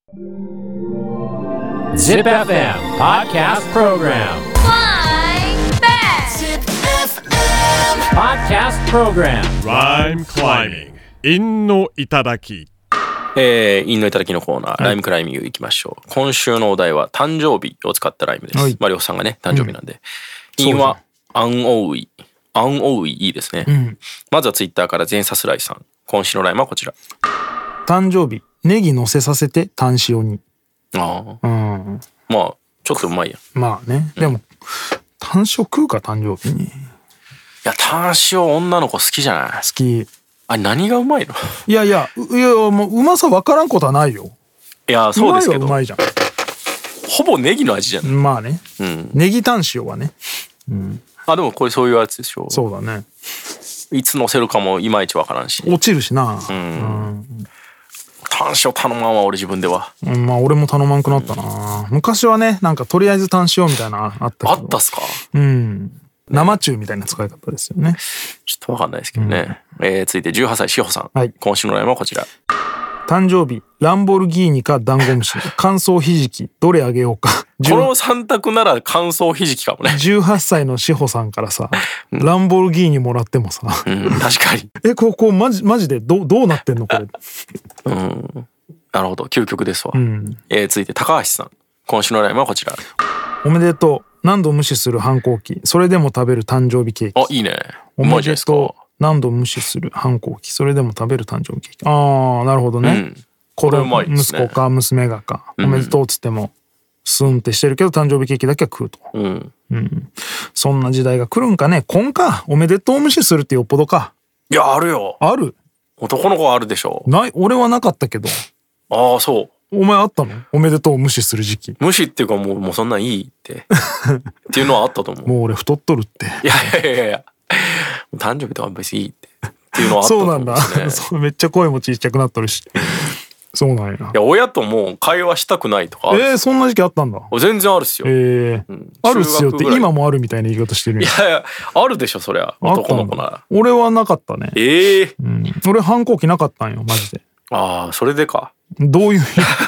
Zip FM Podcast Program Flying Back Podcast Program Rhyme climbing 陰の頂き。 陰の頂きのコーナー、ライムクライミングいきましょう。今週のお題は誕生日を使ったライムです。 はいマリオさんがね誕生日なんで、陰はアンオウイ、アンオウイいいですね、まずはツイッターからゼンサスライさん、今週のライムはこちら。 誕生日ネギ乗せさせてタン塩に。 ああ、まあちょっとうまいやん。 まあね、でもタン塩食うか誕生日に。 いやタン塩女の子好きじゃない。 好き。 あれ何がうまいの？ いやもううまさ分からんことはないよ。 いやそうですけどうまいじゃん。 ほぼネギの味じゃん。 まあね、ネギタン塩はね。 あでもこれそういうやつでしょ。 そうだね。 いつ乗せるかもいまいちわからんし。 落ちるしな。 タン塩頼まんわ俺自分では。 まあ俺も頼まんくなったな。昔はねなんかとりあえずタン塩みたいなあったけど。 あったっすか？ 生中みたいな使い方ですよね。 ちょっとわかんないですけどね。続いて18歳しほさん、 はい今週のライムはこちら。 誕生日ランボルギーニかダンゴムシ乾燥ひじきどれあげようか。 この3択なら乾燥ひじきかもね。 18歳のしほさんからさ、ランボルギーニもらってもさ、 確かに。 ここマジでどうなってんのこれ。 なるほど究極ですわ。続いて高橋さん、今週のライムはこちら。 おめでとう何度無視する反抗期それでも食べる誕生日ケーキ。 あいいね。 おめでとう何度無視する反抗期それでも食べる誕生日ケーキ。ああなるほどね、 これうまいですね。 息子か娘がか、おめでとうっつってもスンってしてるけど誕生日ケーキだけは食うと、そんな時代が来るんかね。今かおめでとう無視するってよっぽどか。 いやあるよ。 ある。 男の子はあるでしょ。 ない俺はなかったけど。 ああそう。 お前あったのおめでとう無視する時期。 無視っていうかもうそんなんいいってっていうのはあったと思う。 もう俺太っとるって。 いや誕生日とか別にいいっていうのはあったとそう思うんですね。 なんだ。そうめっちゃ声もちっちゃくなっとるし。そうなんや。 いや親ともう会話したくないとか。 そんな時期あったんだ。 全然あるっすよ。 あるっすよって中学ぐらい今もあるみたいな言い方してるんや。 いやあるでしょそりゃ男の子なら。 俺はなかったね。俺反抗期なかったんよマジで。 ああそれでか。 どういう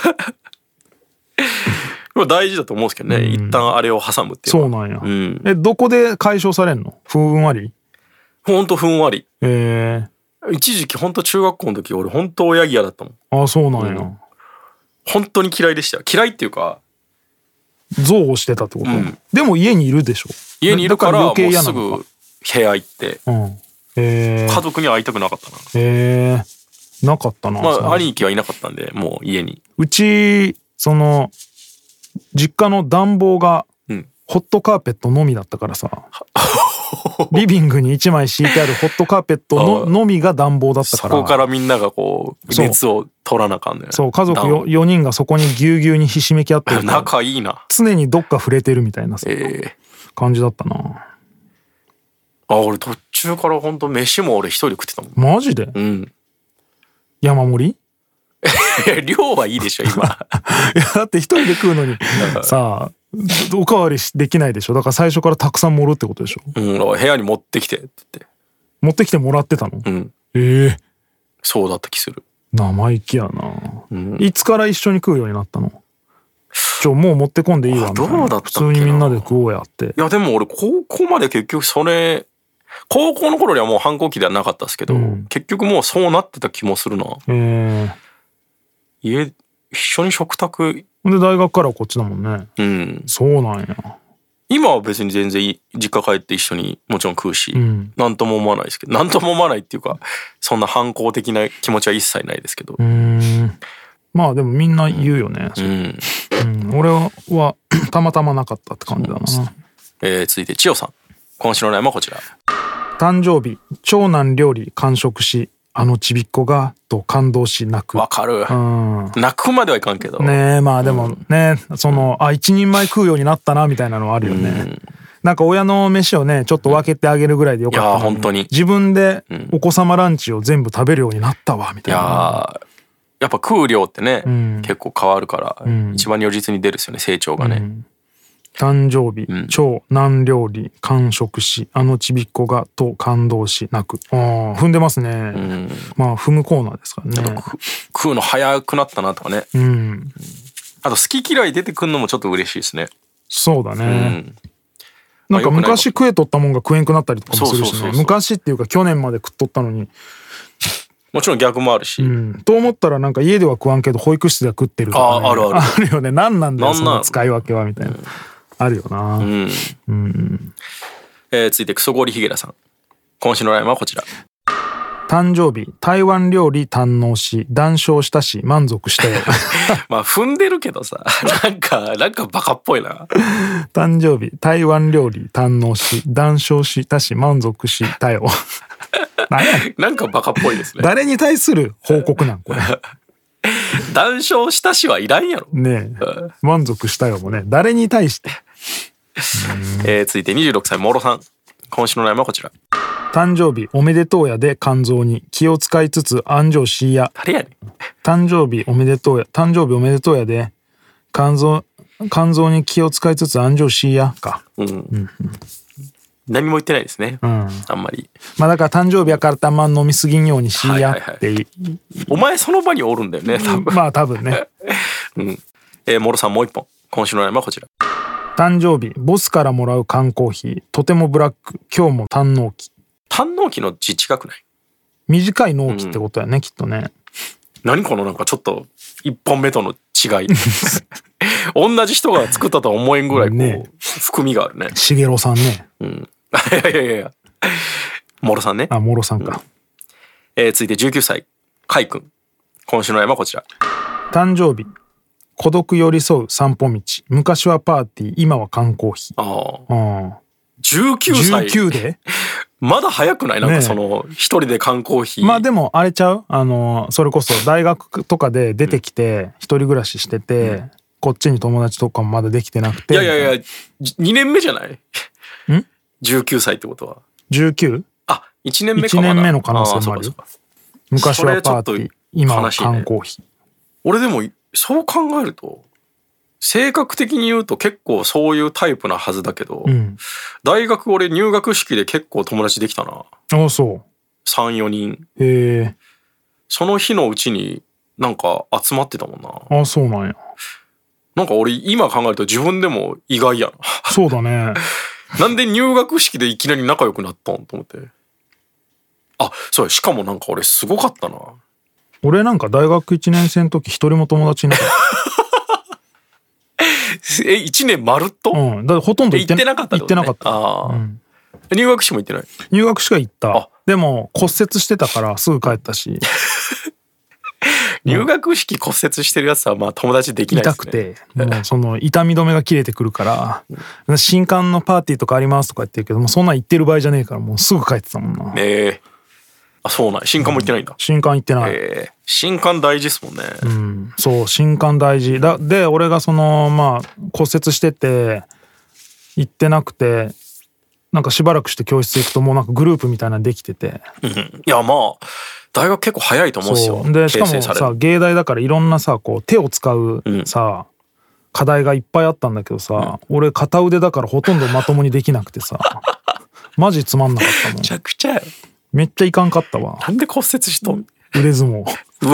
大事だと思うんですけどね、一旦あれを挟むっていうのは。 そうなんや、どこで解消されんの？ふんわり？ ほんとふんわり。一時期ほんと中学校の時俺ほんと親嫌だったもん。 あそうなんや、 本当に嫌いでしたよ。嫌いっていうか憎悪してたってこと、でも家にいるでしょ。 家にいるからもう余計嫌なすのか。 ぐ部屋行って、家族には会いたくなかったな。 なかったな。 兄貴はいなかったんでもう家に。 うちその実家の暖房がホットカーペットのみだったからさ、リビングに1枚敷いてあるホットカーペットのみが暖房だったから、 そこからみんながこう熱を取らなあかんね。 そう家族4人がそこにぎゅうぎゅうにひしめき合ってるから仲いいな。 常にどっか触れてるみたいなさ、感じだったな。 俺途中からほんと飯も俺一人で食ってたもん。 マジで？山盛り？ 量はいいでしょ今。 いやだって一人で食うのにさあおかわりできないでしょ。だから最初からたくさん盛るってことでしょ。 部屋に持ってきてって言って。 持ってきてもらってたの？ そうだった気する。 生意気やな、いつから一緒に食うようになったの？もう持ってこんでいいわみたいな。 どうだったっけな。 普通にみんなで食おうやって。 いやでも俺高校まで結局それ高校の頃にはもう反抗期ではなかったですけど、結局もうそうなってた気もするな。一緒に食卓で大学からはこっちだもんね。そうなんや。 今は別に全然実家帰って一緒にもちろん食うし、なんとも思わないですけど、なんとも思わないっていうかそんな反抗的な気持ちは一切ないですけど。 まあでもみんな言うよね。俺はたまたまなかったって感じだな。 続いて千代さん、今週のラインはこちら。 誕生日長男料理完食しちびっこがと感動し泣く。 わかる、泣くまではいかんけどね。まあでもね、その一人前食うようになったなみたいなのはあるよね。なんか親の飯をねちょっと分けてあげるぐらいでよかったのに、 いや本当に自分でお子様ランチを全部食べるようになったわみたいな。 やっぱ食う量ってね、結構変わるから、一番如実に出るですよね成長がね。 誕生日、超難料理完食し、あのちびっこがと感動し泣く。踏んでますね。まあ踏むコーナーですからね。 食うの早くなったなとかね。あと好き嫌い出てくるのもちょっと嬉しいですね。 そうだね。なんか昔食えとったもんが食えんくなったりとかもするしね。昔っていうか去年まで食っとったのに。 もちろん逆もあるし、 と思ったらなんか家では食わんけど保育室では食ってるとか、ね、あるよね。何なんだよその使い分けはみたいな、あるよな。 続いてクソゴリヒゲラさん、今週のラインはこちら。 誕生日台湾料理堪能し談笑したし満足したよ。 まあ踏んでるけどさ、なんかバカっぽいな。 誕生日台湾料理堪能し談笑したし満足したよ。 なんかバカっぽいですね。 誰に対する報告なんこれ。 談笑したしはいらんやろねえ。満足したよもね、誰に対して。 続いて26歳モロさん、今週のラインはこちら。 誕生日おめでとうやで肝臓に気を使いつつ安城しいや。 誰やねん。 誕生日おめでとうやで肝臓に気を使いつつ安城しいやか。 何も言ってないですね。あんまり。 まあだから誕生日やからたまん飲みすぎんようにしいやって。 お前その場におるんだよね多分。 まあ多分ね。 モロさんもう一本、今週のラインはこちら。 誕生日ボスからもらう缶コーヒーとてもブラック今日も堪能期。 堪能期の字近くない？ 短い納期ってことやね、きっとね。 何このなんかちょっと一本目との違い。同じ人が作ったとは思えんぐらいこう、ね、含みがあるね。 しげろさんね。 いやモロさんね。 モロさんか。 続いて19歳カイ君、今週のラインはこちら。 誕生日孤独寄り添う散歩道、昔はパーティー今は缶コーヒー。 19歳。 19でまだ早くない？なんかその一人で缶コーヒー。 まあでもあれちゃう、それこそ大学とかで出てきて一人暮らししてて、こっちに友達とかもまだできてなくて。 いや2年目じゃない？19歳ってことは 19？ 1年目か。 1年目の可能性もあるよ。昔はパーティー今は缶コーヒー。 俺でもそう考えると性格的に言うと結構そういうタイプなはずだけど、大学俺入学式で結構友達できたな。 ああそう。 3、4人。 へえ。 その日のうちになんか集まってたもんな。 ああそうなんや。 なんか俺今考えると自分でも意外やな。 そうだね。 なんで入学式でいきなり仲良くなったんと思って。そうや、しかもなんか俺すごかったな。 俺なんか大学1年生の時一人も友達いなかった。 1年まるっと？ だほとんど行ってなかった。 行ってなかった。入学式も行ってない？ 入学式は行った。でも骨折してたからすぐ帰ったし。 入学式骨折してるやつはまあ友達できないですね。 痛くてもうその痛み止めが切れてくるから新刊のパーティーとかありますとか言ってるけどもそんなん言ってる場合じゃねえからもうすぐ帰ってたもんな。 そうなん、新刊も行ってないんだ。 新刊行ってない。 新刊大事ですもんね。 そう新刊大事だ。で俺がそのまあ骨折してて行ってなくてなんかしばらくして教室行くともうなんかグループみたいなのできてて、 いやまあ大学結構早いと思うんですよ。 でしかもさ芸大だからいろんなさこう手を使うさ、課題がいっぱいあったんだけどさ、俺片腕だからほとんどまともにできなくてさマジつまんなかったもん。 めちゃくちゃめっちゃいかんかったわ。 なんで骨折しとん？ 腕相撲。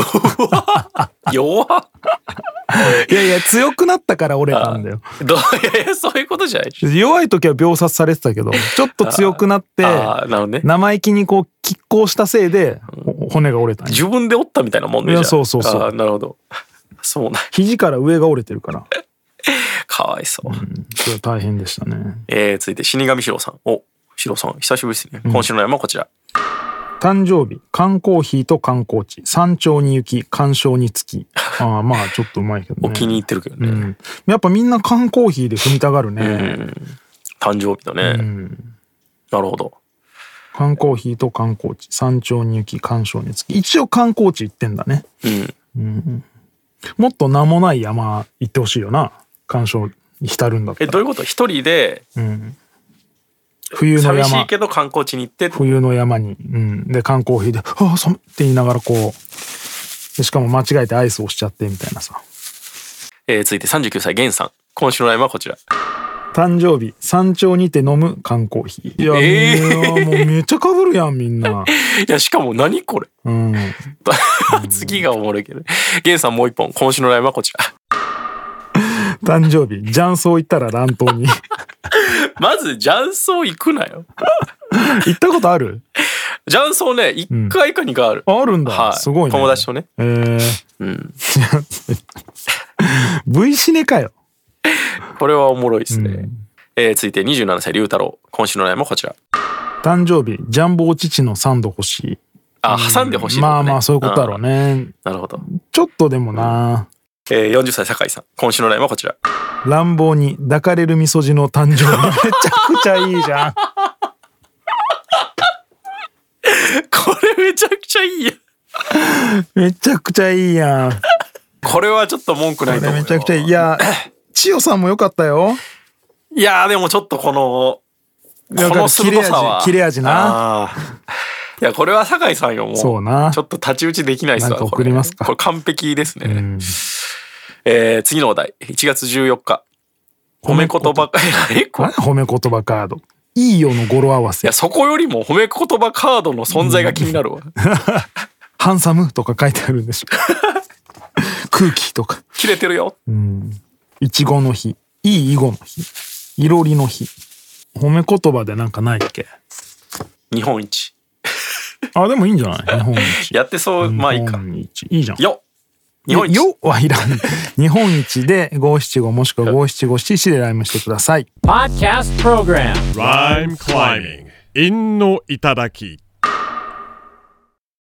弱っ。 いや強くなったから折れたんだよ。 いやそういうことじゃない。 弱い時は秒殺されてたけどちょっと強くなって生意気にこう拮抗したせいで骨が折れたんや。 自分で折ったみたいなもんね。 いやそう。 なるほど。そうなん。 肘から上が折れてるから。 かわいそう。 それ大変でしたね。 続いて死神四郎さん。四郎さん久しぶりですね。今週の山はこちら。 誕生日缶コーヒーと観光地山頂に行き鑑賞につき。まあちょっとうまいけどね。 お気に入ってるけどね。 やっぱみんな缶コーヒーで踏みたがるね。 誕生日だね。なるほど。 缶コーヒーと観光地山頂に行き鑑賞につき。一応観光地行ってんだね。もっと名もない山行ってほしいよな。鑑賞に浸るんだったら。 どういうこと？一人で冬の山、 寂しいけど観光地に行って冬の山に、で缶コーヒーで寒って言いながらこうでしかも間違えてアイスをしちゃってみたいなさ。 続いて39歳ゲンさん、今週のラインはこちら。 誕生日山頂にて飲む缶コーヒー。いや、もうめっちゃ被るやんみんな。 いやしかも何これ、次がおもろいけど。ゲンさんもう一本。今週のライブはこちら。 誕生日雀荘行ったら乱闘に。 まず雀荘行くなよ。 行ったことある？ 雀荘ね、1回か2回ある。 あるんだ、 はい、 すごいね。 友達とね。 V シネかよ。 これはおもろいですね。続いて27歳龍太郎。今週のライブもこちら。 誕生日ジャンボお乳のサンド欲しい。 あ、挟んで欲しい、ね。 まあまあそういうことだろうね。 なるほど。 ちょっとでもな。 40歳酒井さん。今週のライブはこちら。 乱暴に抱かれるみそじの誕生日。めちゃくちゃいいじゃん。 これめちゃくちゃいいやん。 めちゃくちゃいいやん。 これはちょっと文句ないと思うよ。 めちゃくちゃいい。いや、千代さんも良かったよ。 いやでもちょっとこの鋭さは切れ味な。 いやこれは酒井さんよ。もうそうな。 ちょっと太刀打ちできないっすわ。 なんか送りますか。 これ完璧ですね。次のお題。1月14日。褒め言葉褒め言葉カード。いいよの語呂合わせ。 いやそこよりも褒め言葉カードの存在が気になるわ。 ハンサムとか書いてあるんでしょ。空気とか。 切れてるよ。 いちごの日。いい囲碁の日。いろりの日。褒め言葉でなんかないっけ？ 日本一。 あ、でもいいんじゃない？日本一。 やってそう。まあいいか。 いいじゃん。 よ。日本一。 よはいらん。日本一で575もしくは57577でライムしてください。 Podcast Program Rhyme Climbing 陰の頂き。